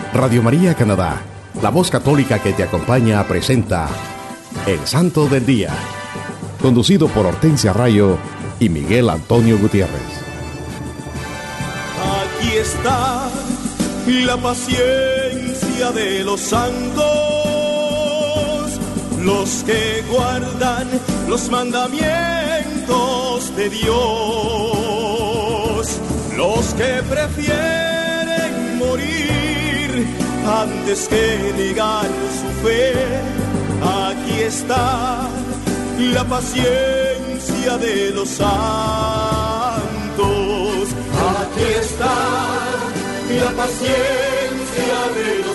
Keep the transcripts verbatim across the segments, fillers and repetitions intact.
Radio María Canadá, la voz católica que te acompaña, presenta El Santo del Día, conducido por Hortensia Rayo y Miguel Antonio Gutiérrez. Aquí está la paciencia de los santos, los que guardan los mandamientos de Dios, los que prefieren morir antes que negar su fe. Aquí está la paciencia de los santos. Aquí está la paciencia de los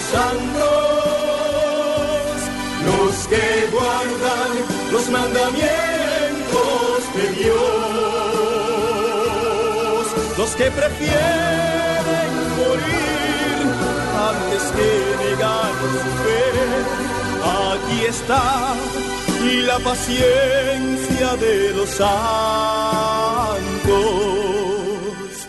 santos, los que guardan los mandamientos de Dios, los que prefieren morir antes que negar su fe. Aquí está la paciencia de los santos.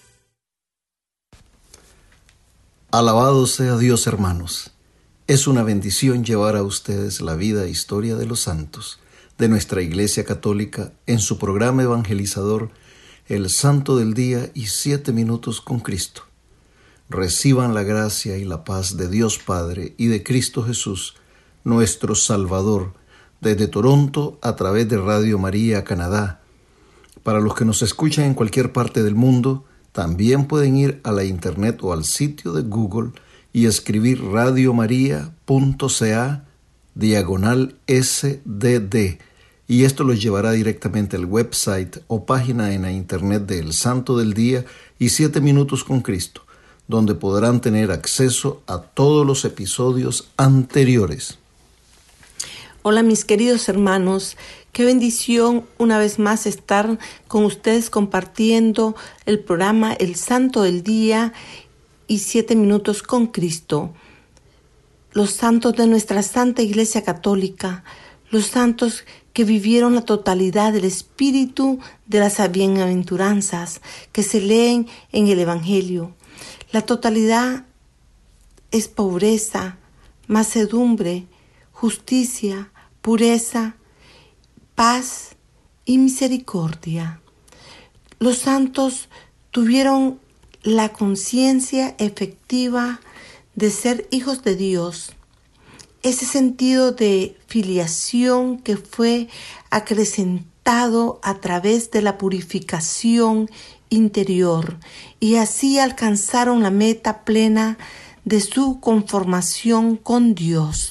Alabado sea Dios, hermanos. Es una bendición llevar a ustedes la vida e historia de los santos de nuestra Iglesia Católica en su programa evangelizador El Santo del Día y Siete Minutos con Cristo. Reciban la gracia y la paz de Dios Padre y de Cristo Jesús, nuestro Salvador, desde Toronto a través de Radio María Canadá. Para los que nos escuchan en cualquier parte del mundo, también pueden ir a la internet o al sitio de Google y escribir radiomaria.ca diagonal S D D, y esto los llevará directamente al website o página en la internet de El Santo del Día y Siete Minutos con Cristo, donde podrán tener acceso a todos los episodios anteriores. Hola mis queridos hermanos, qué bendición una vez más estar con ustedes compartiendo el programa El Santo del Día y Siete Minutos con Cristo. Los santos de nuestra Santa Iglesia Católica, los santos que vivieron la totalidad del espíritu de las bienaventuranzas que se leen en el Evangelio. La totalidad es pobreza, mansedumbre, justicia, pureza, paz y misericordia. Los santos tuvieron la conciencia efectiva de ser hijos de Dios, ese sentido de filiación que fue acrecentado a través de la purificación interior, y así alcanzaron la meta plena de su conformación con Dios.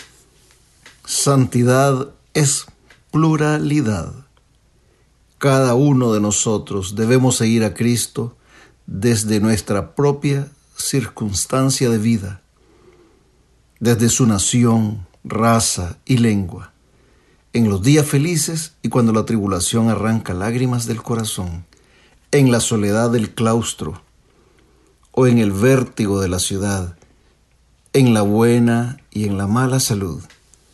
Santidad es pluralidad. Cada uno de nosotros debemos seguir a Cristo desde nuestra propia circunstancia de vida, desde su nación, raza y lengua, en los días felices y cuando la tribulación arranca lágrimas del corazón, en la soledad del claustro o en el vértigo de la ciudad, en la buena y en la mala salud.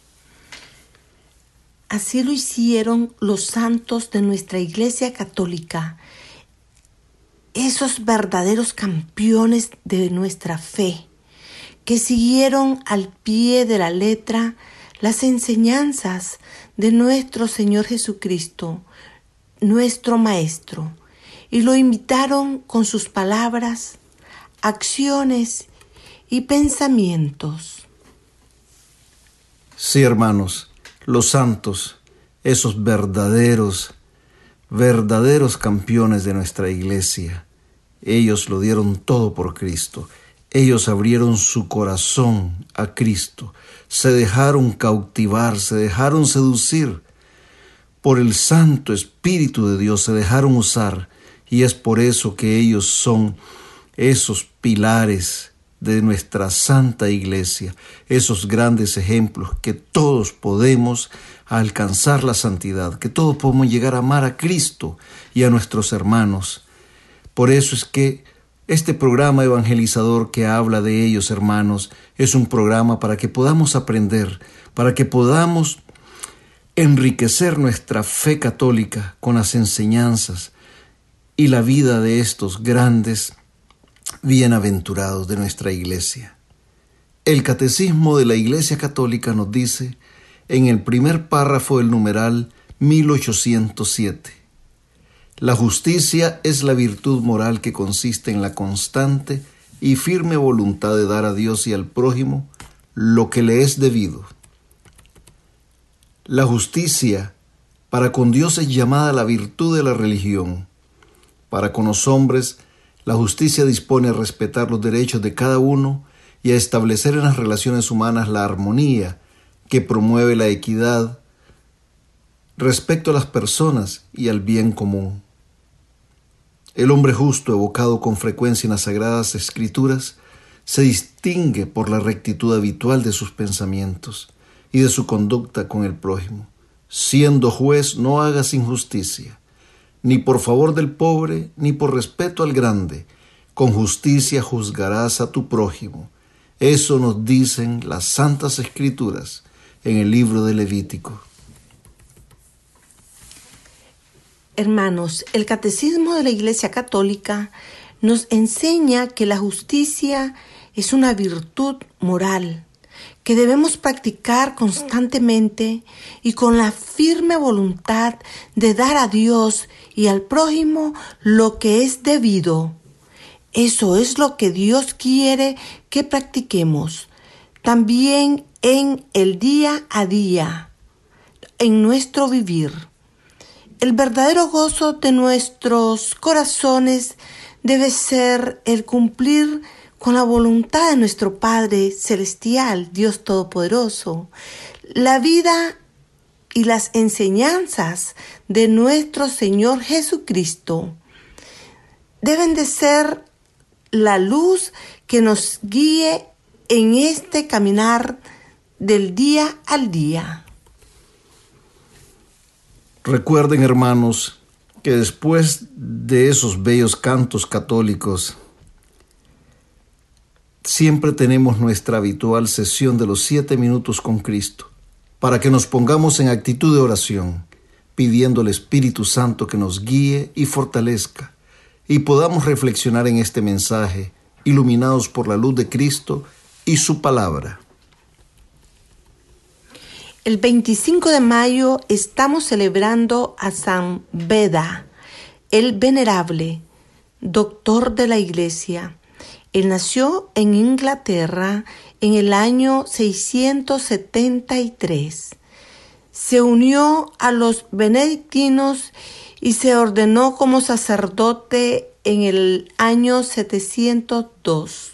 Así lo hicieron los santos de nuestra Iglesia Católica, esos verdaderos campeones de nuestra fe, que siguieron al pie de la letra las enseñanzas de nuestro Señor Jesucristo, nuestro Maestro, y lo imitaron con sus palabras, acciones y pensamientos. Sí, hermanos, los santos, esos verdaderos, verdaderos campeones de nuestra iglesia, ellos lo dieron todo por Cristo. Ellos abrieron su corazón a Cristo, se dejaron cautivar, se dejaron seducir por el Santo Espíritu de Dios, se dejaron usar, y es por eso que ellos son esos pilares de nuestra Santa Iglesia, esos grandes ejemplos que todos podemos alcanzar la santidad, que todos podemos llegar a amar a Cristo y a nuestros hermanos. Por eso es que este programa evangelizador que habla de ellos, hermanos, es un programa para que podamos aprender, para que podamos enriquecer nuestra fe católica con las enseñanzas y la vida de estos grandes bienaventurados de nuestra iglesia. El Catecismo de la Iglesia Católica nos dice en el primer párrafo del numeral mil ochocientos siete: la justicia es la virtud moral que consiste en la constante y firme voluntad de dar a Dios y al prójimo lo que le es debido. La justicia para con Dios es llamada la virtud de la religión. Para con los hombres, la justicia dispone a respetar los derechos de cada uno y a establecer en las relaciones humanas la armonía que promueve la equidad respecto a las personas y al bien común. El hombre justo, evocado con frecuencia en las Sagradas Escrituras, se distingue por la rectitud habitual de sus pensamientos y de su conducta con el prójimo. Siendo juez, no hagas injusticia, ni por favor del pobre, ni por respeto al grande. Con justicia juzgarás a tu prójimo. Eso nos dicen las Santas Escrituras en el libro de Levítico. Hermanos, el Catecismo de la Iglesia Católica nos enseña que la justicia es una virtud moral que debemos practicar constantemente y con la firme voluntad de dar a Dios y al prójimo lo que es debido. Eso es lo que Dios quiere que practiquemos también en el día a día, en nuestro vivir. El verdadero gozo de nuestros corazones debe ser el cumplir con la voluntad de nuestro Padre Celestial, Dios Todopoderoso. La vida y las enseñanzas de nuestro Señor Jesucristo deben de ser la luz que nos guíe en este caminar del día al día. Recuerden, hermanos, que después de esos bellos cantos católicos, siempre tenemos nuestra habitual sesión de los siete minutos con Cristo, para que nos pongamos en actitud de oración, pidiendo al Espíritu Santo que nos guíe y fortalezca, y podamos reflexionar en este mensaje, iluminados por la luz de Cristo y su palabra. El veinticinco de mayo estamos celebrando a San Beda, el venerable, doctor de la Iglesia. Él nació en Inglaterra en el año seiscientos setenta y tres. Se unió a los benedictinos y se ordenó como sacerdote en el año setecientos dos.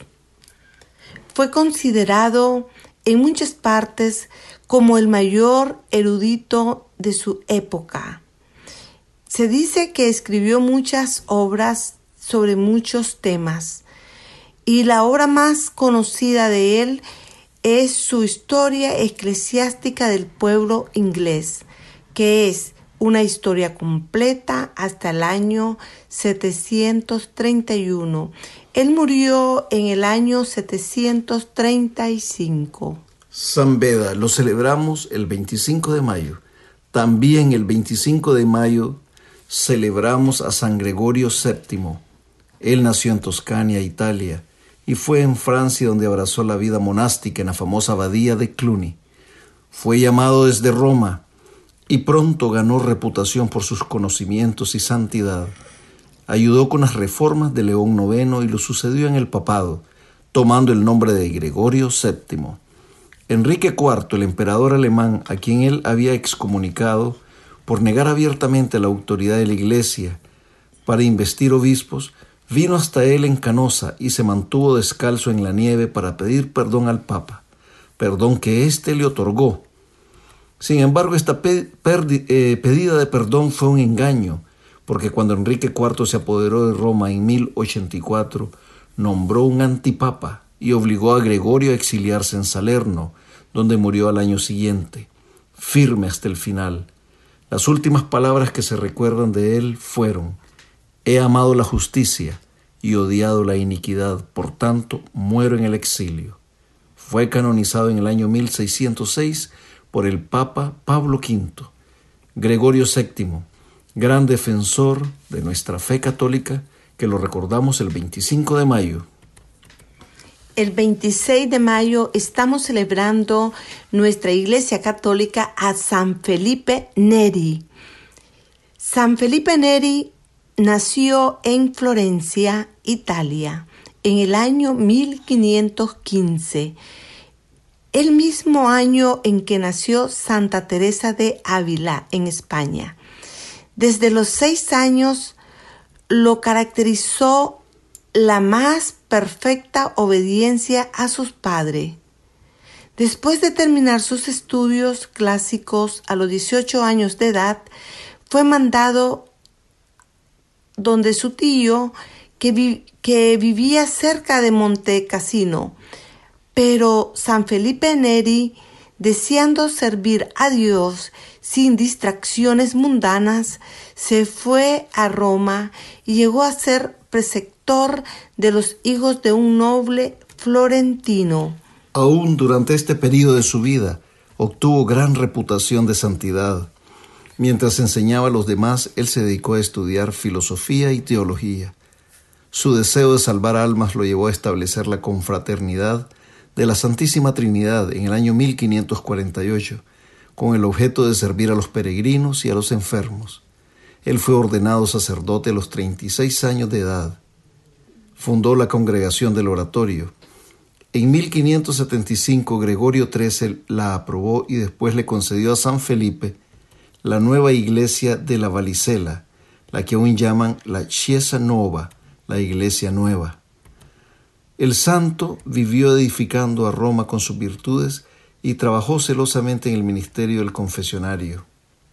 Fue considerado en muchas partes como el mayor erudito de su época. Se dice que escribió muchas obras sobre muchos temas, y la obra más conocida de él es su Historia Eclesiástica del Pueblo Inglés, que es una historia completa hasta el año setecientos treinta y uno. Él murió en el año setecientos treinta y cinco. San Beda lo celebramos el veinticinco de mayo. También el veinticinco de mayo celebramos a San Gregorio séptimo. Él nació en Toscana, Italia, y fue en Francia donde abrazó la vida monástica en la famosa abadía de Cluny. Fue llamado desde Roma y pronto ganó reputación por sus conocimientos y santidad. Ayudó con las reformas de León noveno y lo sucedió en el papado, tomando el nombre de Gregorio séptimo. Enrique cuarto, el emperador alemán, a quien él había excomunicado por negar abiertamente la autoridad de la Iglesia para investir obispos, vino hasta él en Canosa y se mantuvo descalzo en la nieve para pedir perdón al Papa, perdón que éste le otorgó. Sin embargo, esta pe- perdi- eh, pedida de perdón fue un engaño, porque cuando Enrique cuarto se apoderó de Roma en mil ochenta y cuatro, nombró un antipapa y obligó a Gregorio a exiliarse en Salerno, donde murió al año siguiente, firme hasta el final. Las últimas palabras que se recuerdan de él fueron: he amado la justicia y odiado la iniquidad, por tanto muero en el exilio. Fue canonizado en el año mil seiscientos seis por el Papa Pablo quinto. Gregorio séptimo, gran defensor de nuestra fe católica, que lo recordamos el veinticinco de mayo. El veintiséis de mayo estamos celebrando nuestra Iglesia Católica a San Felipe Neri. San Felipe Neri nació en Florencia, Italia, en el año mil quinientos quince, el mismo año en que nació Santa Teresa de Ávila en España. Desde los seis años lo caracterizó la más perfecta obediencia a sus padres. Después de terminar sus estudios clásicos a los dieciocho años de edad, fue mandado donde su tío, que, vi- que vivía cerca de Monte Cassino. Pero San Felipe Neri, deseando servir a Dios sin distracciones mundanas, se fue a Roma y llegó a ser preceptor de los hijos de un noble florentino. Aún durante este periodo de su vida, obtuvo gran reputación de santidad. Mientras enseñaba a los demás, él se dedicó a estudiar filosofía y teología. Su deseo de salvar almas lo llevó a establecer la confraternidad de la Santísima Trinidad en el año mil quinientos cuarenta y ocho, con el objeto de servir a los peregrinos y a los enfermos. Él fue ordenado sacerdote a los treinta y seis años de edad. Fundó la Congregación del Oratorio. En mil quinientos setenta y cinco, Gregorio trece la aprobó y después le concedió a San Felipe la nueva iglesia de la Valicela, la que aún llaman la Chiesa Nova, la iglesia nueva. El santo vivió edificando a Roma con sus virtudes y trabajó celosamente en el ministerio del confesionario.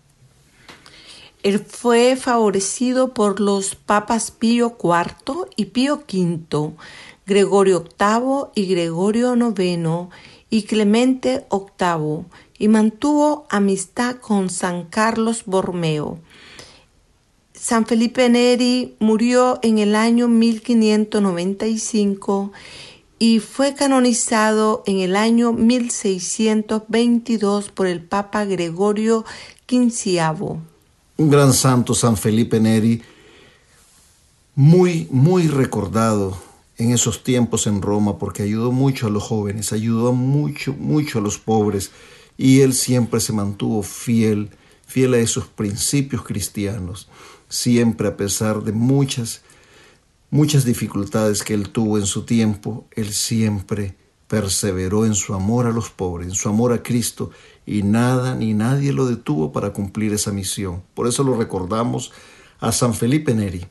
Él fue favorecido por los papas Pío cuarto y Pío quinto, Gregorio octavo y Gregorio noveno y Clemente octavo, y mantuvo amistad con San Carlos Borromeo. San Felipe Neri murió en el año mil quinientos noventa y cinco y fue canonizado en el año mil seiscientos veintidós por el Papa Gregorio quinceavo. Un gran santo, San Felipe Neri, muy, muy recordado en esos tiempos en Roma porque ayudó mucho a los jóvenes, ayudó mucho, mucho a los pobres, y él siempre se mantuvo fiel, fiel a esos principios cristianos, siempre a pesar de muchas, muchas dificultades que él tuvo en su tiempo, él siempre perseveró en su amor a los pobres, en su amor a Cristo, y nada ni nadie lo detuvo para cumplir esa misión. Por eso lo recordamos a San Felipe Neri.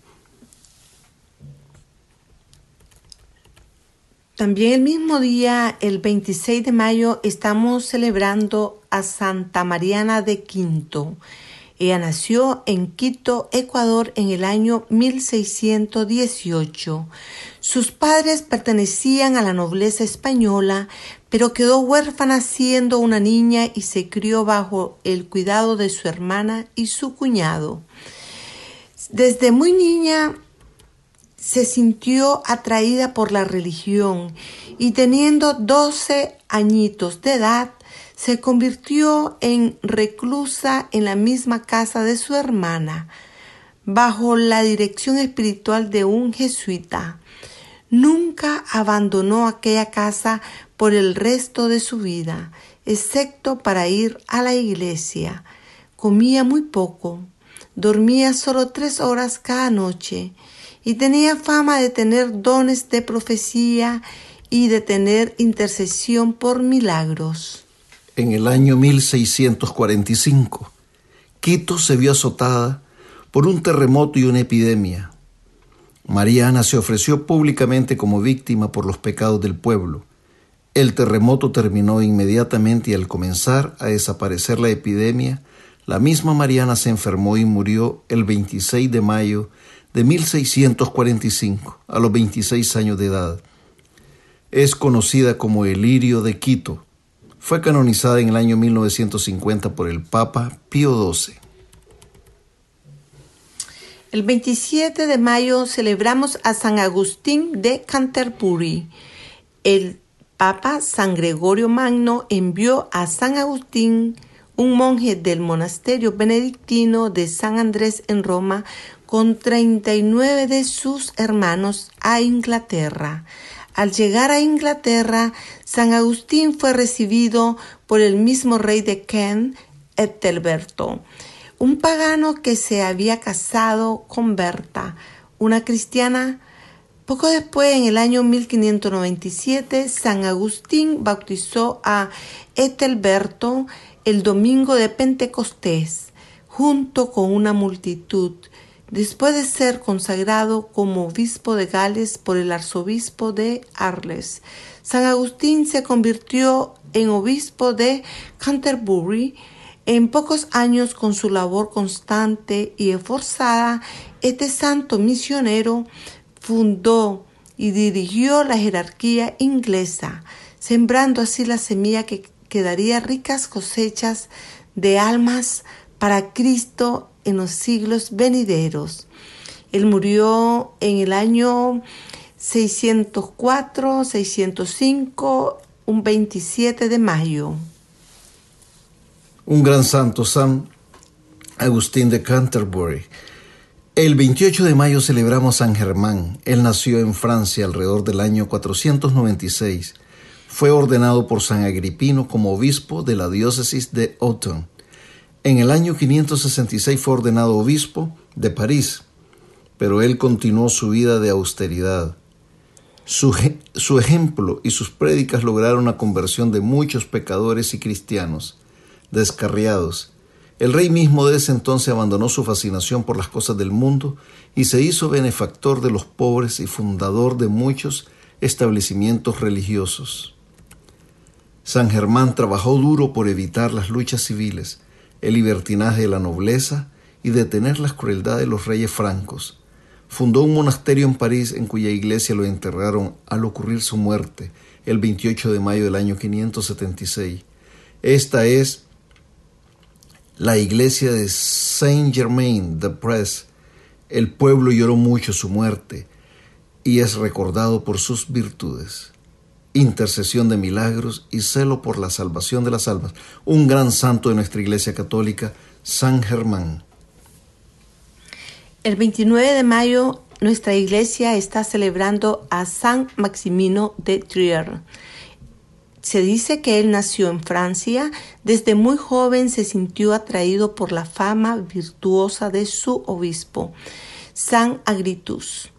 También el mismo día, el veintiséis de mayo, estamos celebrando a Santa Mariana de Quinto. Ella nació en Quito, Ecuador, en el año mil seiscientos dieciocho. Sus padres pertenecían a la nobleza española, pero quedó huérfana siendo una niña y se crió bajo el cuidado de su hermana y su cuñado. Desde muy niña se sintió atraída por la religión y teniendo doce añitos de edad, se convirtió en reclusa en la misma casa de su hermana, bajo la dirección espiritual de un jesuita. Nunca abandonó aquella casa por el resto de su vida, excepto para ir a la iglesia. Comía muy poco, dormía solo tres horas cada noche y tenía fama de tener dones de profecía y de tener intercesión por milagros. En el año mil seiscientos cuarenta y cinco, Quito se vio azotada por un terremoto y una epidemia. Mariana se ofreció públicamente como víctima por los pecados del pueblo. El terremoto terminó inmediatamente y al comenzar a desaparecer la epidemia, la misma Mariana se enfermó y murió el veintiséis de mayo de mil seiscientos cuarenta y cinco, a los veintiséis años de edad. Es conocida como el Lirio de Quito. Fue canonizada en el año mil novecientos cincuenta por el Papa Pío doce. El veintisiete de mayo celebramos a San Agustín de Canterbury. El Papa San Gregorio Magno envió a San Agustín, un monje del monasterio benedictino de San Andrés en Roma, con treinta y nueve de sus hermanos a Inglaterra. Al llegar a Inglaterra, San Agustín fue recibido por el mismo rey de Kent, Ethelberto, un pagano que se había casado con Berta, una cristiana. Poco después, en el año mil quinientos noventa y siete, San Agustín bautizó a Ethelberto el domingo de Pentecostés, junto con una multitud, después de ser consagrado como obispo de Gales por el arzobispo de Arles. San Agustín se convirtió en obispo de Canterbury. En pocos años, con su labor constante y esforzada, este santo misionero fundó y dirigió la jerarquía inglesa, sembrando así la semilla que, que daría ricas cosechas de almas para Cristo en los siglos venideros. Él murió en el año seiscientos cuatro, seiscientos cinco, un veintisiete de mayo. Un gran santo, San Agustín de Canterbury. El veintiocho de mayo celebramos San Germán. Él nació en Francia alrededor del año cuatrocientos noventa y seis. Fue ordenado por San Agripino como obispo de la diócesis de Autun. En el año quinientos sesenta y seis fue ordenado obispo de París, pero él continuó su vida de austeridad. Su, su ejemplo y sus prédicas lograron la conversión de muchos pecadores y cristianos descarriados. El rey mismo de ese entonces abandonó su fascinación por las cosas del mundo y se hizo benefactor de los pobres y fundador de muchos establecimientos religiosos. San Germán trabajó duro por evitar las luchas civiles, el libertinaje de la nobleza y detener las crueldades de los reyes francos. Fundó un monasterio en París en cuya iglesia lo enterraron al ocurrir su muerte el veintiocho de mayo del año quinientos setenta y seis. Esta es la iglesia de Saint-Germain-des-Prés. El pueblo lloró mucho su muerte y es recordado por sus virtudes, intercesión de milagros y celo por la salvación de las almas. Un gran santo de nuestra Iglesia Católica, San Germán. El veintinueve de mayo, nuestra iglesia está celebrando a San Maximino de Trier. Se dice que él nació en Francia. Desde muy joven se sintió atraído por la fama virtuosa de su obispo, San Agritus.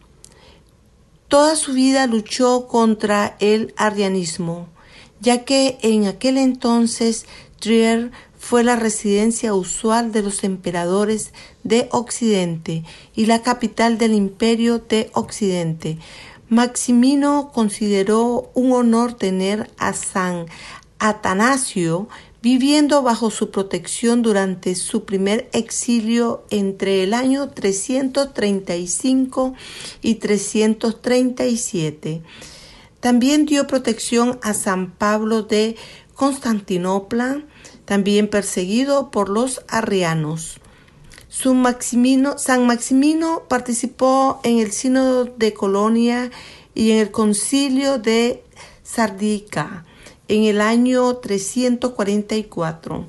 Toda su vida luchó contra el arrianismo, ya que en aquel entonces Trier fue la residencia usual de los emperadores de Occidente y la capital del Imperio de Occidente. Maximino consideró un honor tener a San Atanasio viviendo bajo su protección durante su primer exilio entre el año trescientos treinta y cinco y trescientos treinta y siete. También dio protección a San Pablo de Constantinopla, también perseguido por los arrianos. Su Maximino, San Maximino participó en el Sínodo de Colonia y en el Concilio de Sardica en el año trescientos cuarenta y cuatro.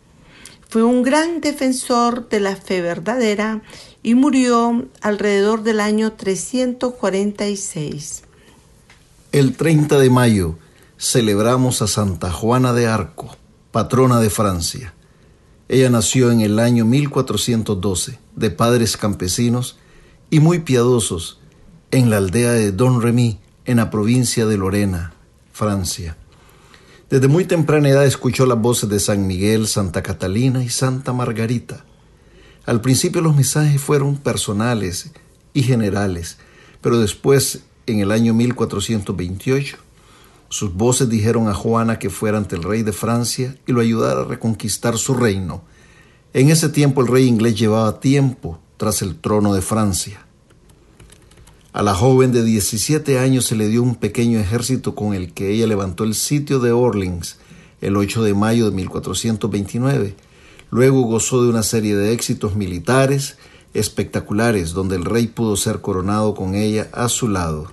Fue un gran defensor de la fe verdadera y murió alrededor del año trescientos cuarenta y seis. El treinta de mayo celebramos a Santa Juana de Arco, patrona de Francia. Ella nació en el año mil cuatrocientos doce, de padres campesinos y muy piadosos, en la aldea de Domremy, en la provincia de Lorena, Francia. Desde muy temprana edad escuchó las voces de San Miguel, Santa Catalina y Santa Margarita. Al principio los mensajes fueron personales y generales, pero después, en el año mil cuatrocientos veintiocho, sus voces dijeron a Juana que fuera ante el rey de Francia y lo ayudara a reconquistar su reino. En ese tiempo el rey inglés llevaba tiempo tras el trono de Francia. A la joven de diecisiete años se le dio un pequeño ejército con el que ella levantó el sitio de Orleans el ocho de mayo de mil cuatrocientos veintinueve. Luego gozó de una serie de éxitos militares espectaculares donde el rey pudo ser coronado con ella a su lado.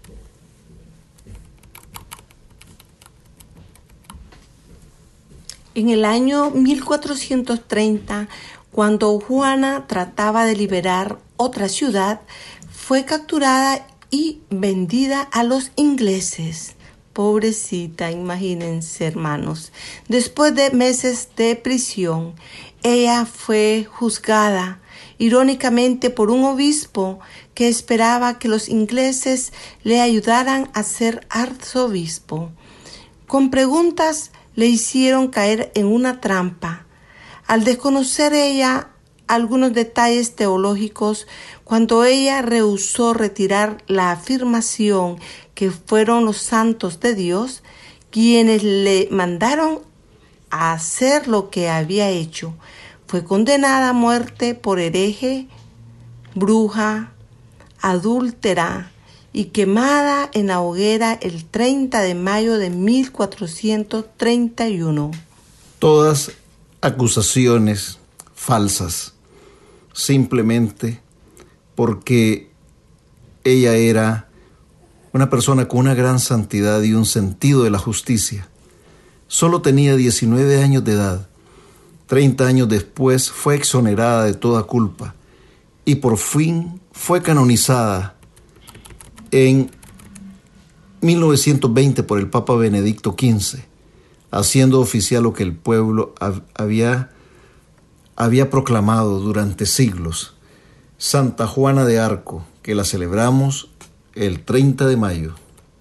En el año mil cuatrocientos treinta, cuando Juana trataba de liberar otra ciudad, fue capturada y vendida a los ingleses. Pobrecita, imagínense, hermanos. Después de meses de prisión, ella fue juzgada, irónicamente, por un obispo que esperaba que los ingleses le ayudaran a ser arzobispo. Con preguntas le hicieron caer en una trampa. Al desconocer ella algunos detalles teológicos, cuando ella rehusó retirar la afirmación que fueron los santos de Dios quienes le mandaron a hacer lo que había hecho, fue condenada a muerte por hereje, bruja, adúltera y quemada en la hoguera el treinta de mayo de mil cuatrocientos treinta y uno. Todas acusaciones falsas, simplemente porque ella era una persona con una gran santidad y un sentido de la justicia. Solo tenía diecinueve años de edad. Treinta años después fue exonerada de toda culpa y por fin fue canonizada en mil novecientos veinte por el Papa Benedicto quince, haciendo oficial lo que el pueblo había, había proclamado durante siglos. Santa Juana de Arco, que la celebramos el treinta de mayo.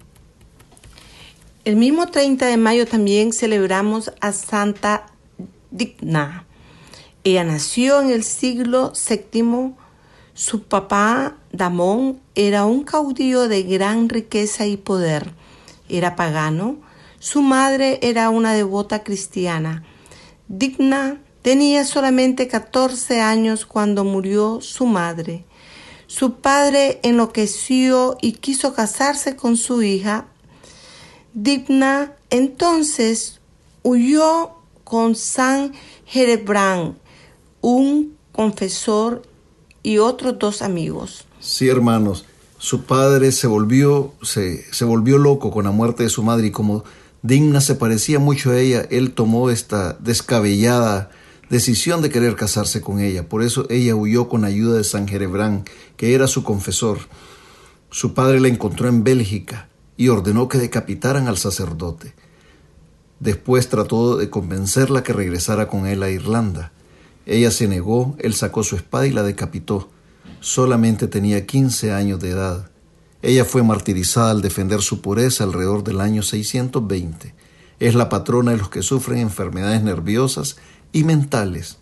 El mismo treinta de mayo también celebramos a Santa Digna. Ella nació en el siglo séptimo. Su papá, Damón, era un caudillo de gran riqueza y poder. Era pagano. Su madre era una devota cristiana. Digna tenía solamente catorce años cuando murió su madre. Su padre enloqueció y quiso casarse con su hija. Digna entonces huyó con San Gerebrand, un confesor y otros dos amigos. Sí, hermanos, su padre se volvió, se, se volvió loco con la muerte de su madre y como Digna se parecía mucho a ella, él tomó esta descabellada decisión de querer casarse con ella. Por eso ella huyó con ayuda de San Gerebrand, que era su confesor. Su padre la encontró en Bélgica y ordenó que decapitaran al sacerdote. Después trató de convencerla que regresara con él a Irlanda. Ella se negó, él sacó su espada y la decapitó. Solamente tenía quince años de edad. Ella fue martirizada al defender su pureza alrededor del año seiscientos veinte. Es la patrona de los que sufren enfermedades nerviosas y mentales.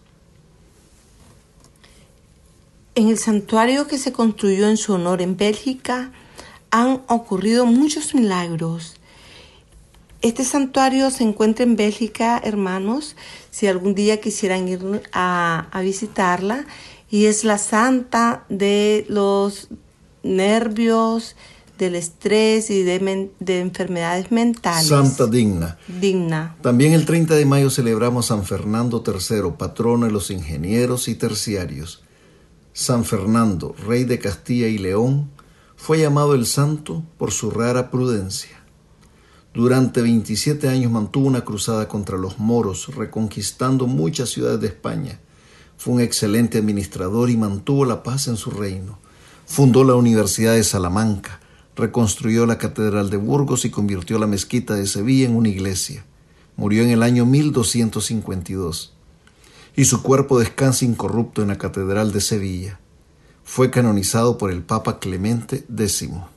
En el santuario que se construyó en su honor en Bélgica han ocurrido muchos milagros. Este santuario se encuentra en Bélgica, hermanos, si algún día quisieran ir a, a visitarla, y es la santa de los nervios, del estrés y de, men, de enfermedades mentales. Santa Digna. Digna. También el treinta de mayo celebramos San Fernando tercero, patrono de los ingenieros y terciarios. San Fernando, rey de Castilla y León, fue llamado el santo por su rara prudencia. Durante veintisiete años mantuvo una cruzada contra los moros, reconquistando muchas ciudades de España. Fue un excelente administrador y mantuvo la paz en su reino. Fundó la Universidad de Salamanca, reconstruyó la Catedral de Burgos y convirtió la mezquita de Sevilla en una iglesia. Murió en el año mil doscientos cincuenta y dos. Y su cuerpo descansa incorrupto en la Catedral de Sevilla. Fue canonizado por el Papa Clemente décimo.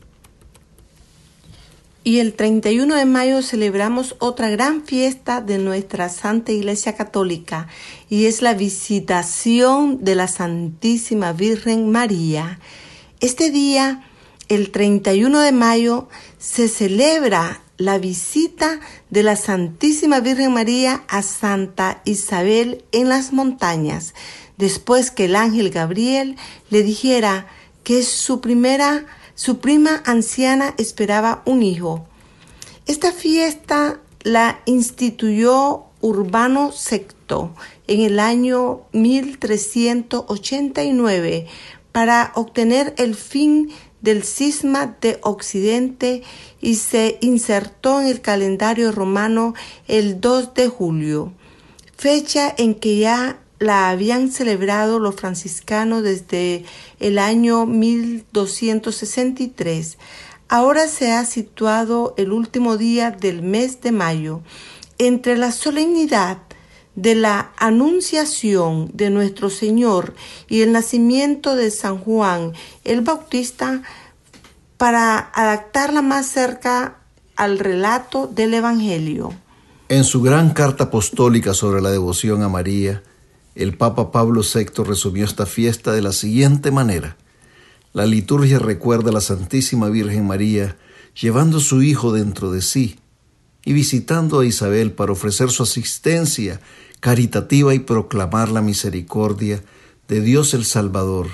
Y el treinta y uno de mayo celebramos otra gran fiesta de nuestra Santa Iglesia Católica, y es la visitación de la Santísima Virgen María. Este día, el treinta y uno de mayo, se celebra la visita de la Santísima Virgen María a Santa Isabel en las montañas, después que el ángel Gabriel le dijera que su primera Su prima anciana esperaba un hijo. Esta fiesta la instituyó Urbano sexto en el año mil trescientos ochenta y nueve para obtener el fin del cisma de Occidente y se insertó en el calendario romano el dos de julio, fecha en que ya la habían celebrado los franciscanos desde el año mil doscientos sesenta y tres. Ahora se ha situado el último día del mes de mayo, entre la solemnidad de la Anunciación de nuestro Señor y el nacimiento de San Juan el Bautista, para adaptarla más cerca al relato del Evangelio. En su gran carta apostólica sobre la devoción a María, el Papa Pablo sexto resumió esta fiesta de la siguiente manera: la liturgia recuerda a la Santísima Virgen María llevando a su Hijo dentro de sí y visitando a Isabel para ofrecer su asistencia caritativa y proclamar la misericordia de Dios el Salvador.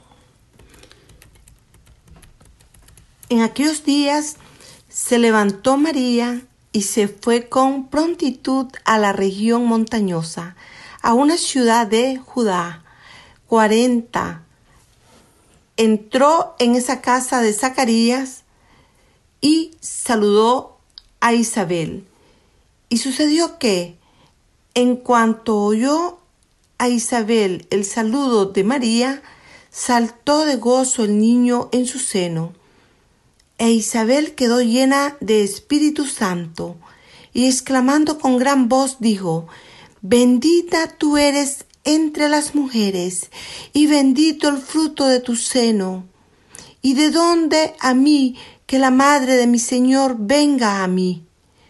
En aquellos días se levantó María y se fue con prontitud a la región montañosa, a una ciudad de Judá. cuarenta. Entró en esa casa de Zacarías y saludó a Isabel. Y sucedió que, en cuanto oyó a Isabel el saludo de María, saltó de gozo el niño en su seno. E Isabel quedó llena de Espíritu Santo, y exclamando con gran voz dijo: Bendita tú eres entre las mujeres, y bendito el fruto de tu seno. ¿Y de dónde a mí que la madre de mi Señor venga a mí?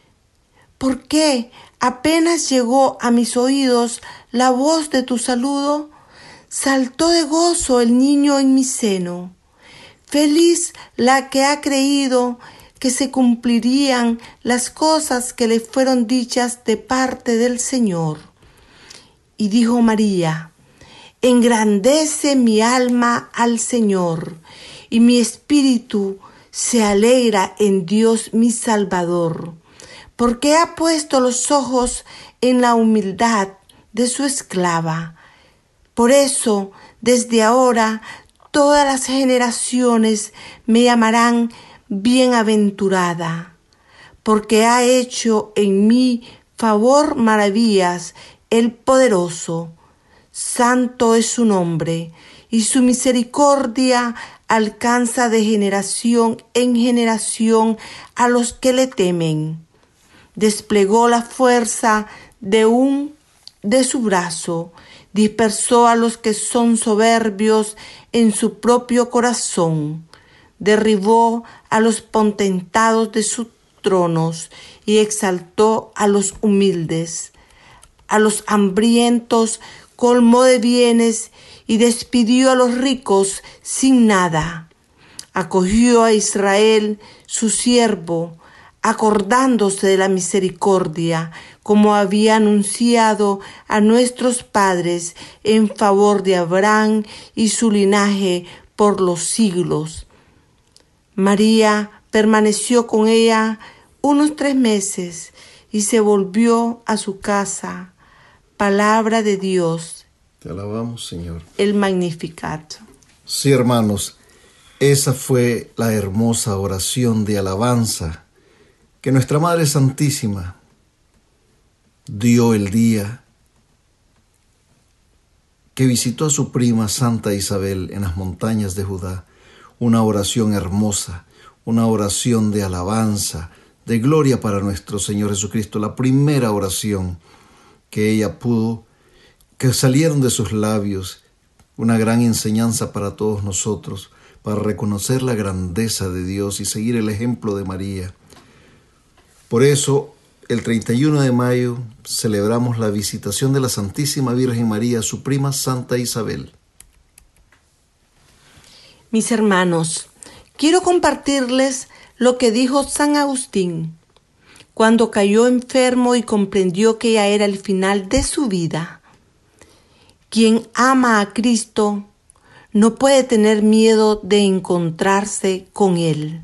Porque apenas llegó a mis oídos la voz de tu saludo, saltó de gozo el niño en mi seno. Feliz la que ha creído que se cumplirían las cosas que le fueron dichas de parte del Señor. Y dijo María: Engrandece mi alma al Señor, y mi espíritu se alegra en Dios mi Salvador, porque ha puesto los ojos en la humildad de su esclava. Por eso, desde ahora, todas las generaciones me llamarán bienaventurada, porque ha hecho en mí favor maravillas el poderoso. Santo es su nombre, y su misericordia alcanza de generación en generación a los que le temen. Desplegó la fuerza de un de su brazo, dispersó a los que son soberbios en su propio corazón, derribó a los potentados de sus tronos y exaltó a los humildes. A los hambrientos colmó de bienes y despidió a los ricos sin nada. Acogió a Israel, su siervo, acordándose de la misericordia, como había anunciado a nuestros padres en favor de Abraham y su linaje por los siglos. María permaneció con ella unos tres meses y se volvió a su casa. Palabra de Dios. Te alabamos, Señor. El Magnificat. Sí, hermanos, esa fue la hermosa oración de alabanza que nuestra Madre Santísima dio el día que visitó a su prima Santa Isabel en las montañas de Judá. Una oración hermosa, una oración de alabanza, de gloria para nuestro Señor Jesucristo, la primera oración que ella pudo, que salieron de sus labios, una gran enseñanza para todos nosotros, para reconocer la grandeza de Dios y seguir el ejemplo de María. Por eso, el treinta y uno de mayo celebramos la visitación de la Santísima Virgen María a su prima Santa Isabel. Mis hermanos, quiero compartirles lo que dijo San Agustín cuando cayó enfermo y comprendió que ya era el final de su vida. Quien ama a Cristo no puede tener miedo de encontrarse con Él.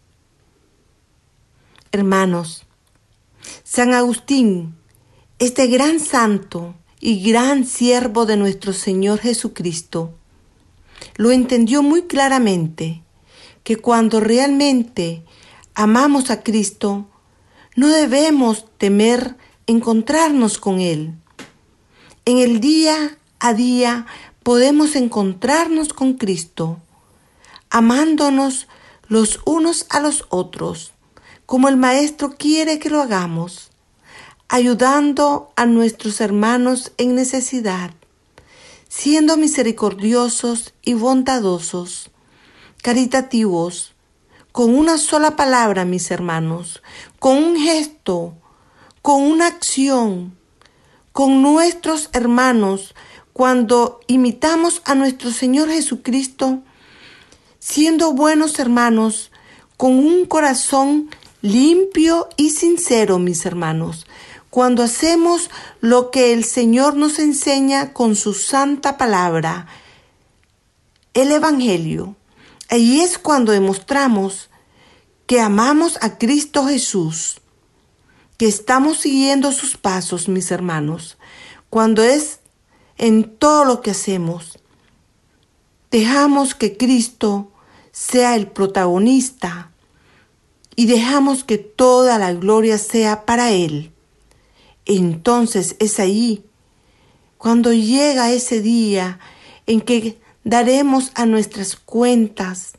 Hermanos, San Agustín, este gran santo y gran siervo de nuestro Señor Jesucristo, lo entendió muy claramente, que cuando realmente amamos a Cristo, no debemos temer encontrarnos con Él. En el día a día podemos encontrarnos con Cristo, amándonos los unos a los otros, como el Maestro quiere que lo hagamos, ayudando a nuestros hermanos en necesidad, siendo misericordiosos y bondadosos, caritativos, con una sola palabra, mis hermanos, con un gesto, con una acción, con nuestros hermanos, cuando imitamos a nuestro Señor Jesucristo, siendo buenos hermanos, con un corazón limpio y sincero, mis hermanos, cuando hacemos lo que el Señor nos enseña con su santa palabra, el Evangelio. Ahí es cuando demostramos que amamos a Cristo Jesús, que estamos siguiendo sus pasos, mis hermanos, cuando es en todo lo que hacemos. Dejamos que Cristo sea el protagonista y dejamos que toda la gloria sea para Él. Entonces es ahí cuando llega ese día en que daremos a nuestras cuentas.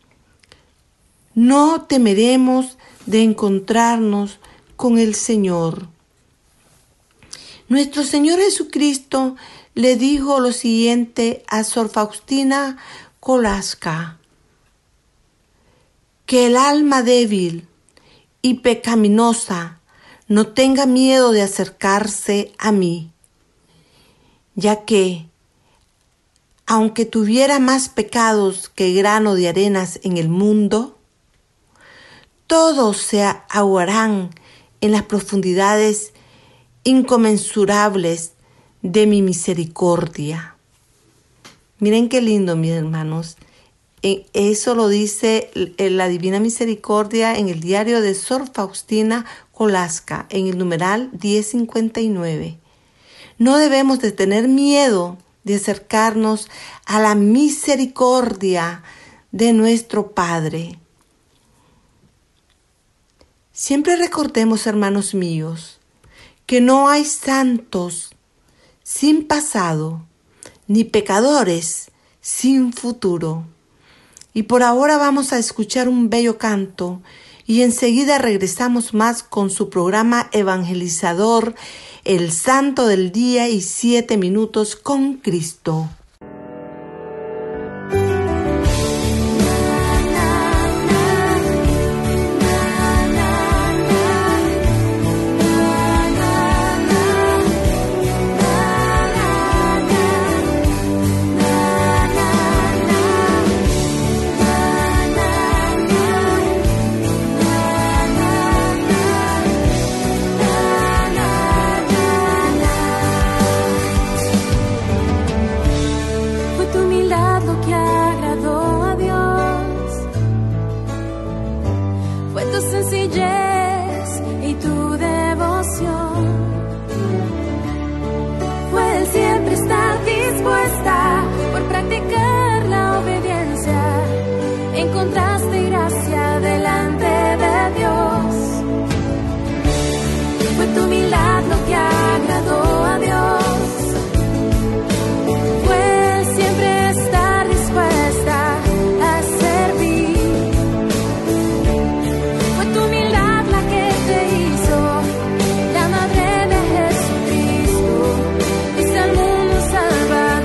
No temeremos de encontrarnos con el Señor. Nuestro Señor Jesucristo le dijo lo siguiente a Sor Faustina Kowalska: que el alma débil y pecaminosa no tenga miedo de acercarse a mí, ya que, aunque tuviera más pecados que grano de arenas en el mundo, todos se ahogarán en las profundidades inconmensurables de mi misericordia. Miren qué lindo, mis hermanos. Eso lo dice la Divina Misericordia en el diario de Sor Faustina Kowalska, en el numeral diez cincuenta y nueve. No debemos de tener miedo de acercarnos a la misericordia de nuestro Padre. Siempre recordemos, hermanos míos, que no hay santos sin pasado, ni pecadores sin futuro. Y por ahora vamos a escuchar un bello canto y enseguida regresamos más con su programa evangelizador, El Santo del Día y Siete Minutos con Cristo.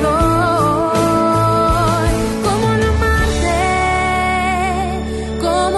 ¿Cómo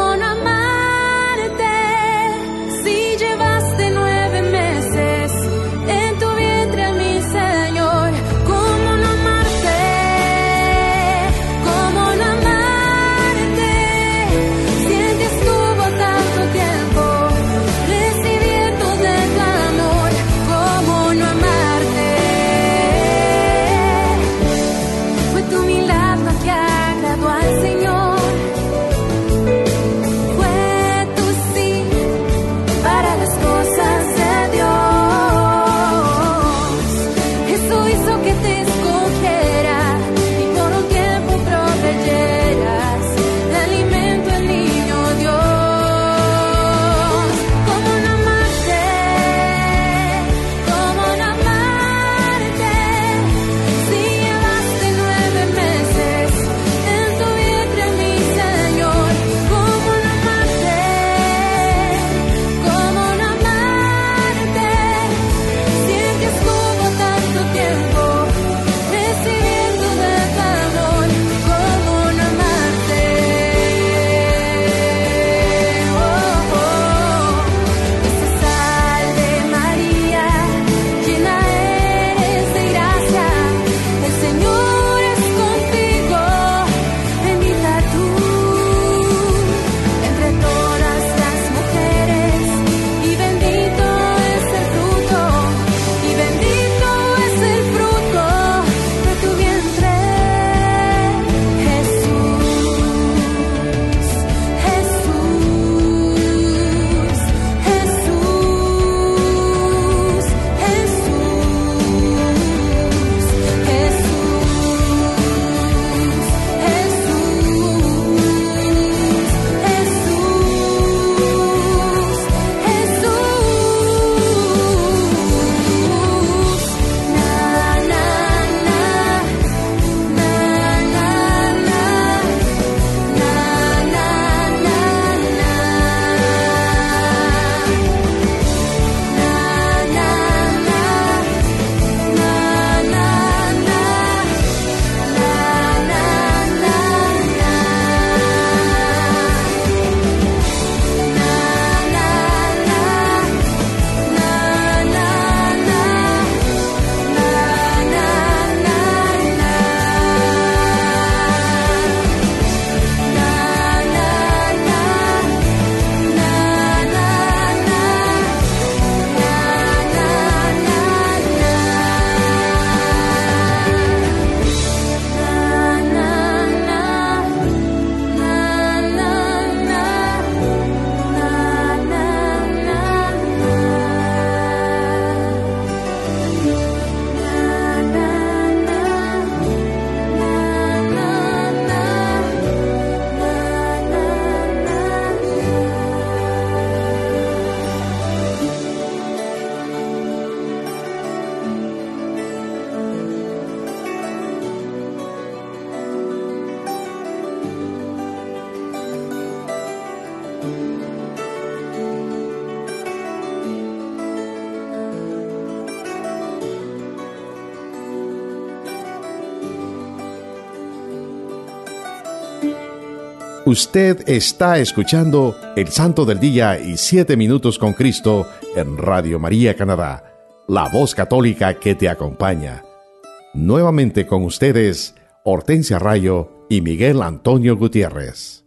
Usted está escuchando El Santo del Día y Siete Minutos con Cristo en Radio María Canadá, la voz católica que te acompaña. Nuevamente con ustedes, Hortensia Rayo y Miguel Antonio Gutiérrez.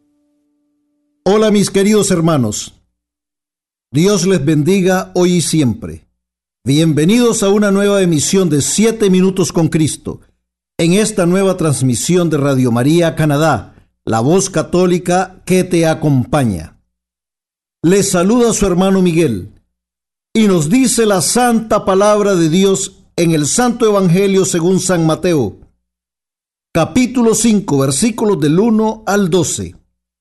Hola mis queridos hermanos, Dios les bendiga hoy y siempre. Bienvenidos a una nueva emisión de Siete Minutos con Cristo, en esta nueva transmisión de Radio María Canadá, la voz católica que te acompaña. Les saluda su hermano Miguel y nos dice la santa palabra de Dios en el Santo Evangelio según San Mateo, capítulo cinco, versículos del uno al doce.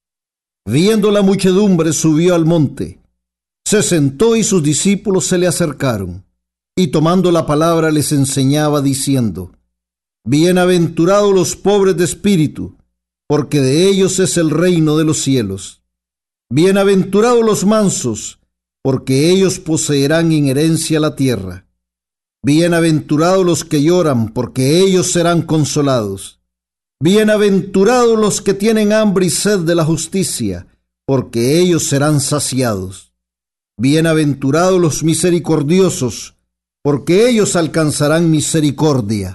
Viendo la muchedumbre, subió al monte, se sentó y sus discípulos se le acercaron, y tomando la palabra les enseñaba diciendo: Bienaventurados los pobres de espíritu, porque de ellos es el reino de los cielos. Bienaventurados los mansos, porque ellos poseerán en herencia la tierra. Bienaventurados los que lloran, porque ellos serán consolados. Bienaventurados los que tienen hambre y sed de la justicia, porque ellos serán saciados. Bienaventurados los misericordiosos, porque ellos alcanzarán misericordia.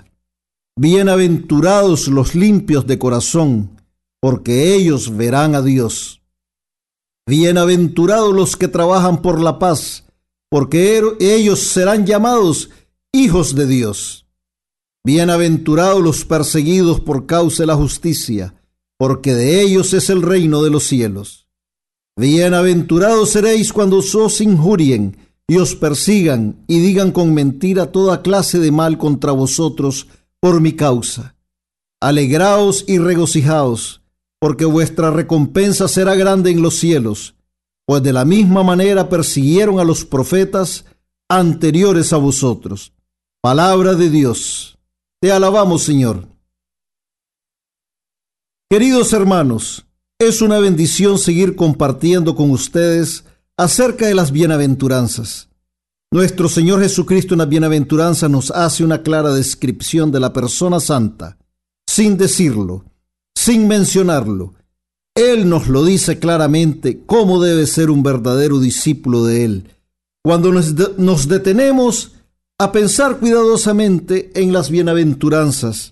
Bienaventurados los limpios de corazón, porque ellos verán a Dios. Bienaventurados los que trabajan por la paz, porque ellos serán llamados hijos de Dios. Bienaventurados los perseguidos por causa de la justicia, porque de ellos es el reino de los cielos. Bienaventurados seréis cuando os injurien y os persigan y digan con mentira toda clase de mal contra vosotros por mi causa. Alegraos y regocijaos, porque vuestra recompensa será grande en los cielos, pues de la misma manera persiguieron a los profetas anteriores a vosotros. Palabra de Dios. Te alabamos, Señor. Queridos hermanos, es una bendición seguir compartiendo con ustedes acerca de las bienaventuranzas. Nuestro Señor Jesucristo en las bienaventuranzas nos hace una clara descripción de la persona santa, sin decirlo, sin mencionarlo. Él nos lo dice claramente cómo debe ser un verdadero discípulo de Él. Cuando nos, de- nos detenemos a pensar cuidadosamente en las bienaventuranzas,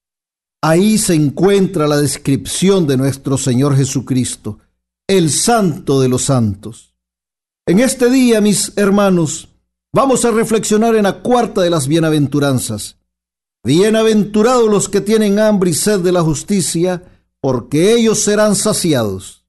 ahí se encuentra la descripción de nuestro Señor Jesucristo, el Santo de los Santos. En este día, mis hermanos, vamos a reflexionar en la cuarta de las bienaventuranzas. Bienaventurados los que tienen hambre y sed de la justicia, porque ellos serán saciados.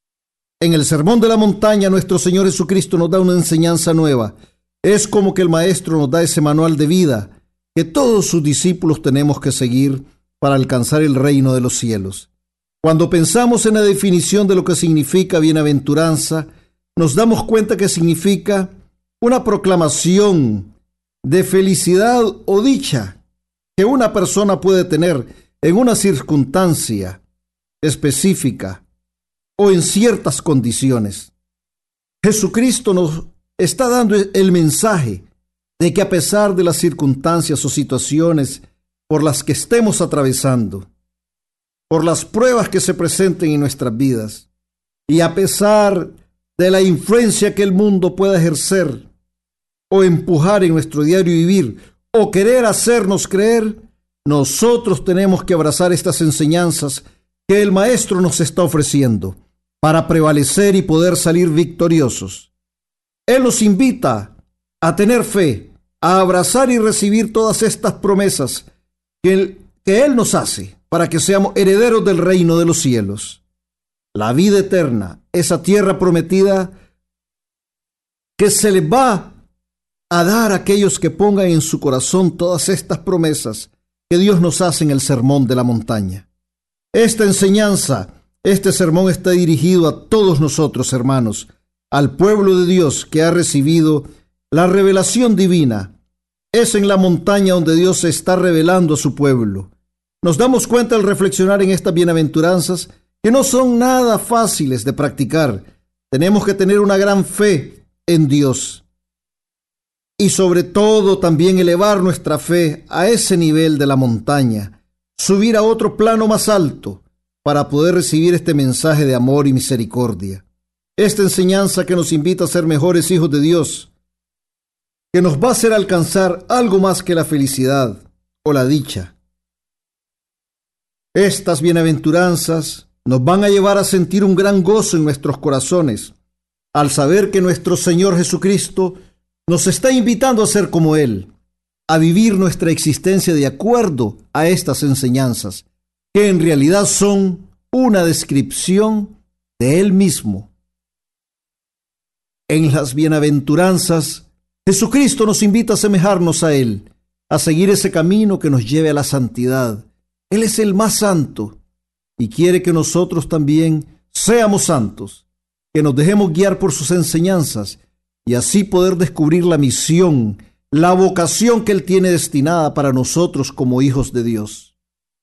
En el Sermón de la Montaña, nuestro Señor Jesucristo nos da una enseñanza nueva. Es como que el Maestro nos da ese manual de vida que todos sus discípulos tenemos que seguir para alcanzar el reino de los cielos. Cuando pensamos en la definición de lo que significa bienaventuranza, nos damos cuenta que significa una proclamación de felicidad o dicha que una persona puede tener en una circunstancia específica o en ciertas condiciones. Jesucristo nos está dando el mensaje de que a pesar de las circunstancias o situaciones por las que estemos atravesando, por las pruebas que se presenten en nuestras vidas, y a pesar de la influencia que el mundo pueda ejercer o empujar en nuestro diario vivir, o querer hacernos creer, nosotros tenemos que abrazar estas enseñanzas que el Maestro nos está ofreciendo para prevalecer y poder salir victoriosos. Él nos invita a tener fe, a abrazar y recibir todas estas promesas que Él, que Él nos hace para que seamos herederos del reino de los cielos. La vida eterna, esa tierra prometida que se les va a dar a aquellos que pongan en su corazón todas estas promesas que Dios nos hace en el Sermón de la Montaña. Esta enseñanza, este sermón está dirigido a todos nosotros, hermanos, al pueblo de Dios que ha recibido la revelación divina. Es en la montaña donde Dios se está revelando a su pueblo. Nos damos cuenta al reflexionar en estas bienaventuranzas que no son nada fáciles de practicar. Tenemos que tener una gran fe en Dios. Y sobre todo también elevar nuestra fe a ese nivel de la montaña, subir a otro plano más alto, para poder recibir este mensaje de amor y misericordia. Esta enseñanza que nos invita a ser mejores hijos de Dios, que nos va a hacer alcanzar algo más que la felicidad o la dicha. Estas bienaventuranzas nos van a llevar a sentir un gran gozo en nuestros corazones, al saber que nuestro Señor Jesucristo nos está invitando a ser como Él, a vivir nuestra existencia de acuerdo a estas enseñanzas, que en realidad son una descripción de Él mismo. En las bienaventuranzas, Jesucristo nos invita a asemejarnos a Él, a seguir ese camino que nos lleve a la santidad. Él es el más santo y quiere que nosotros también seamos santos, que nos dejemos guiar por sus enseñanzas y así poder descubrir la misión, la vocación que Él tiene destinada para nosotros como hijos de Dios.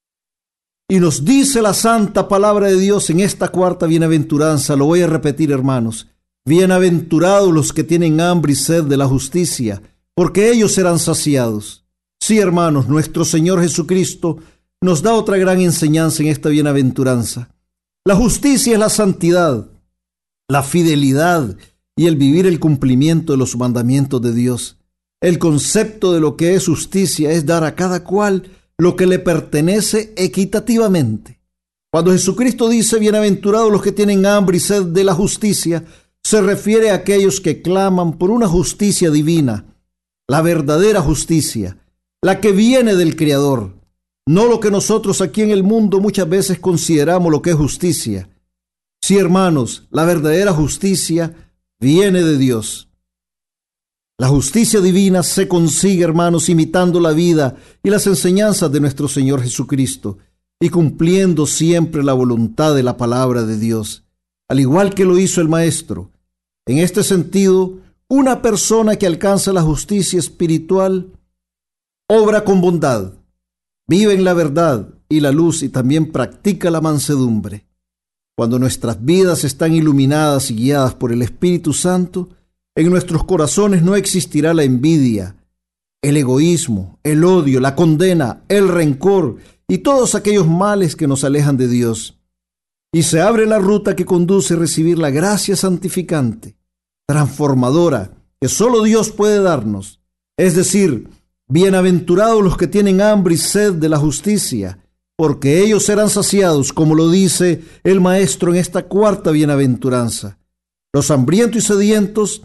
Y nos dice la santa palabra de Dios en esta cuarta bienaventuranza, lo voy a repetir, hermanos: bienaventurados los que tienen hambre y sed de la justicia, porque ellos serán saciados. Sí, hermanos, nuestro Señor Jesucristo nos da otra gran enseñanza en esta bienaventuranza. La justicia es la santidad, la fidelidad y el vivir el cumplimiento de los mandamientos de Dios. El concepto de lo que es justicia es dar a cada cual lo que le pertenece equitativamente. Cuando Jesucristo dice bienaventurados los que tienen hambre y sed de la justicia, se refiere a aquellos que claman por una justicia divina, la verdadera justicia, la que viene del Creador, no lo que nosotros aquí en el mundo muchas veces consideramos lo que es justicia. Sí, hermanos, la verdadera justicia viene de Dios. La justicia divina se consigue, hermanos, imitando la vida y las enseñanzas de nuestro Señor Jesucristo y cumpliendo siempre la voluntad de la palabra de Dios, al igual que lo hizo el Maestro. En este sentido, una persona que alcanza la justicia espiritual obra con bondad, vive en la verdad y la luz y también practica la mansedumbre. Cuando nuestras vidas están iluminadas y guiadas por el Espíritu Santo, en nuestros corazones no existirá la envidia, el egoísmo, el odio, la condena, el rencor y todos aquellos males que nos alejan de Dios. Y se abre la ruta que conduce a recibir la gracia santificante, transformadora, que solo Dios puede darnos. Es decir, bienaventurados los que tienen hambre y sed de la justicia, porque ellos serán saciados, como lo dice el Maestro en esta cuarta bienaventuranza. Los hambrientos y sedientos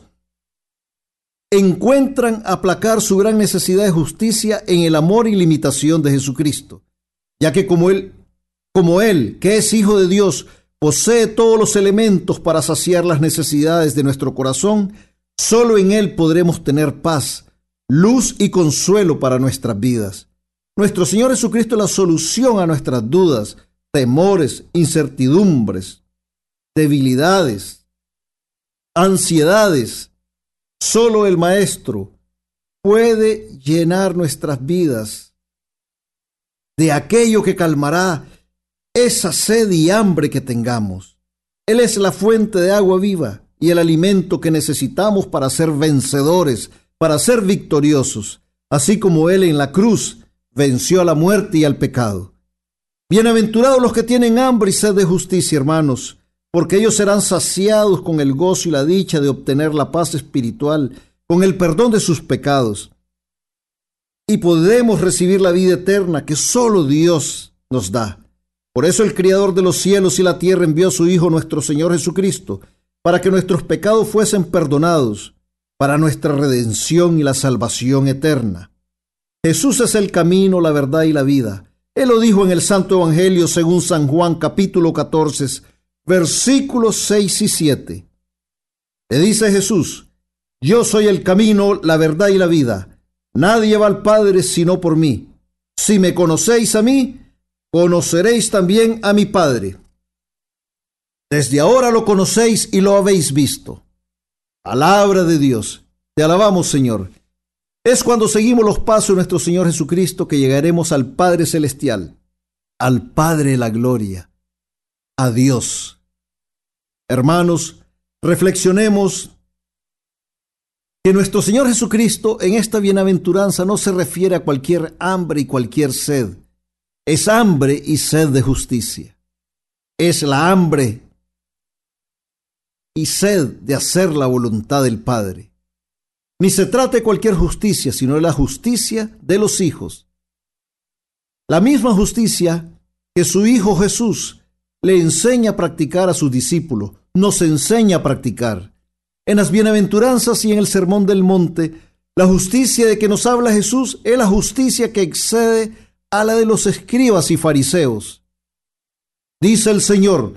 encuentran aplacar su gran necesidad de justicia en el amor y la imitación de Jesucristo, ya que como Él, como Él, que es Hijo de Dios, posee todos los elementos para saciar las necesidades de nuestro corazón, solo en Él podremos tener paz, luz y consuelo para nuestras vidas. Nuestro Señor Jesucristo es la solución a nuestras dudas, temores, incertidumbres, debilidades, ansiedades. Solo el Maestro puede llenar nuestras vidas de aquello que calmará esa sed y hambre que tengamos. Él es la fuente de agua viva y el alimento que necesitamos para ser vencedores, para ser victoriosos, así como Él en la cruz venció a la muerte y al pecado. Bienaventurados los que tienen hambre y sed de justicia, hermanos, porque ellos serán saciados con el gozo y la dicha de obtener la paz espiritual, con el perdón de sus pecados. Y podemos recibir la vida eterna que solo Dios nos da. Por eso el Creador de los cielos y la tierra envió a su Hijo nuestro Señor Jesucristo, para que nuestros pecados fuesen perdonados, para nuestra redención y la salvación eterna. Jesús es el camino, la verdad y la vida. Él lo dijo en el Santo Evangelio según San Juan, capítulo catorce, versículos seis y siete. Le dice Jesús: yo soy el camino, la verdad y la vida. Nadie va al Padre sino por mí. Si me conocéis a mí, conoceréis también a mi Padre. Desde ahora lo conocéis y lo habéis visto. Palabra de Dios. Te alabamos, Señor. Es cuando seguimos los pasos de nuestro Señor Jesucristo que llegaremos al Padre Celestial, al Padre de la Gloria, a Dios. Hermanos, reflexionemos que nuestro Señor Jesucristo en esta bienaventuranza no se refiere a cualquier hambre y cualquier sed. Es hambre y sed de justicia. es la hambre y sed de hacer la voluntad del Padre. Ni se trata de cualquier justicia, sino de la justicia de los hijos. La misma justicia que su Hijo Jesús le enseña a practicar a sus discípulos, nos enseña a practicar. En las bienaventuranzas y en el Sermón del Monte, la justicia de que nos habla Jesús es la justicia que excede a la de los escribas y fariseos. Dice el Señor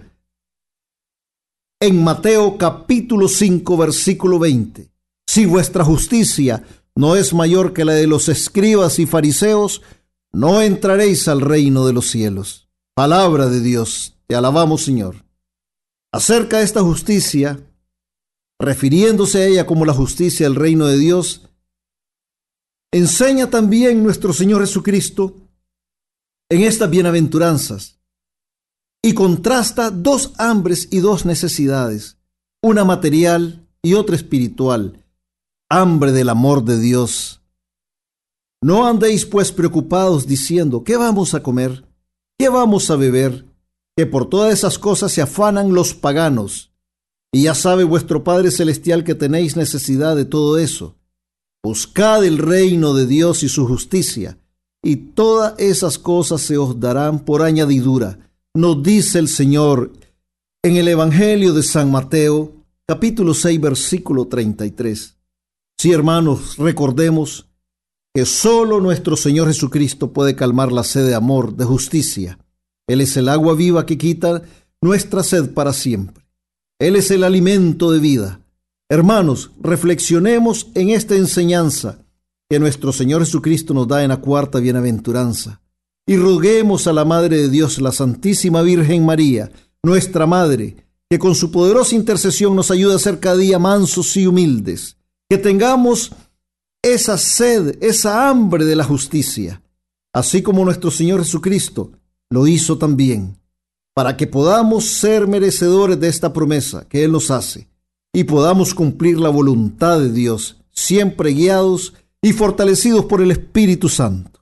en Mateo capítulo cinco, versículo veinte, si vuestra justicia no es mayor que la de los escribas y fariseos, no entraréis al reino de los cielos. Palabra de Dios, te alabamos, Señor. Acerca de esta justicia, refiriéndose a ella como la justicia del reino de Dios, enseña también nuestro Señor Jesucristo en estas bienaventuranzas y contrasta dos hambres y dos necesidades, una material y otra espiritual, hambre del amor de Dios. No andéis pues preocupados diciendo, ¿qué vamos a comer? ¿Qué vamos a beber? Que por todas esas cosas se afanan los paganos. Y ya sabe vuestro Padre Celestial que tenéis necesidad de todo eso. Buscad el reino de Dios y su justicia, y todas esas cosas se os darán por añadidura. Nos dice el Señor en el Evangelio de San Mateo, capítulo seis, versículo treinta y tres. Sí, hermanos, recordemos que solo nuestro Señor Jesucristo puede calmar la sed de amor, de justicia. Él es el agua viva que quita nuestra sed para siempre. Él es el alimento de vida. Hermanos, reflexionemos en esta enseñanza que nuestro Señor Jesucristo nos da en la cuarta bienaventuranza. Y roguemos a la Madre de Dios, la Santísima Virgen María, nuestra Madre, que con su poderosa intercesión nos ayude a ser cada día mansos y humildes. Que tengamos esa sed, esa hambre de la justicia, así como nuestro Señor Jesucristo lo hizo también, para que podamos ser merecedores de esta promesa que Él nos hace y podamos cumplir la voluntad de Dios, siempre guiados y fortalecidos por el Espíritu Santo.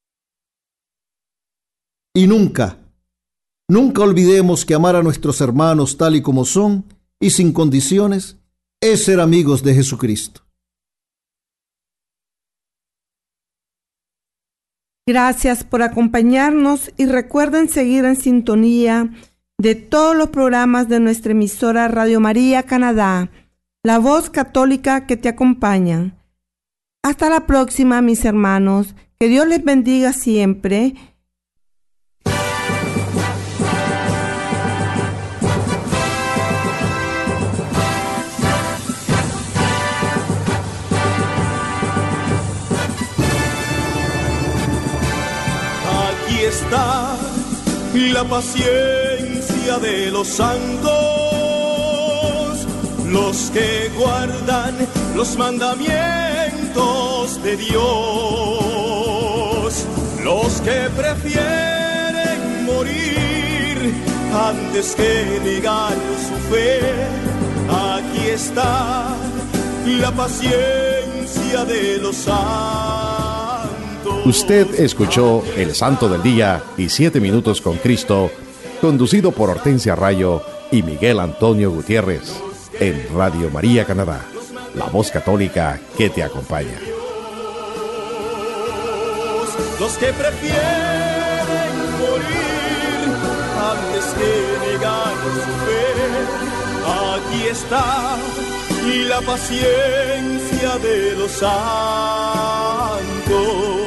Y nunca, nunca olvidemos que amar a nuestros hermanos tal y como son y sin condiciones es ser amigos de Jesucristo. Gracias por acompañarnos y recuerden seguir en sintonía de todos los programas de nuestra emisora Radio María Canadá, la voz católica que te acompaña. Hasta la próxima, mis hermanos. Que Dios les bendiga siempre. Aquí está la paciencia de los santos, los que guardan los mandamientos de Dios, los que prefieren morir antes que negar su fe. Aquí está la paciencia de los santos. Usted escuchó El Santo del Día y Siete Minutos con Cristo, conducido por Hortensia Rayo y Miguel Antonio Gutiérrez, en Radio María Canadá, la voz católica que te acompaña. Los que prefieren morir antes que negar su fe. Aquí está la paciencia de los santos.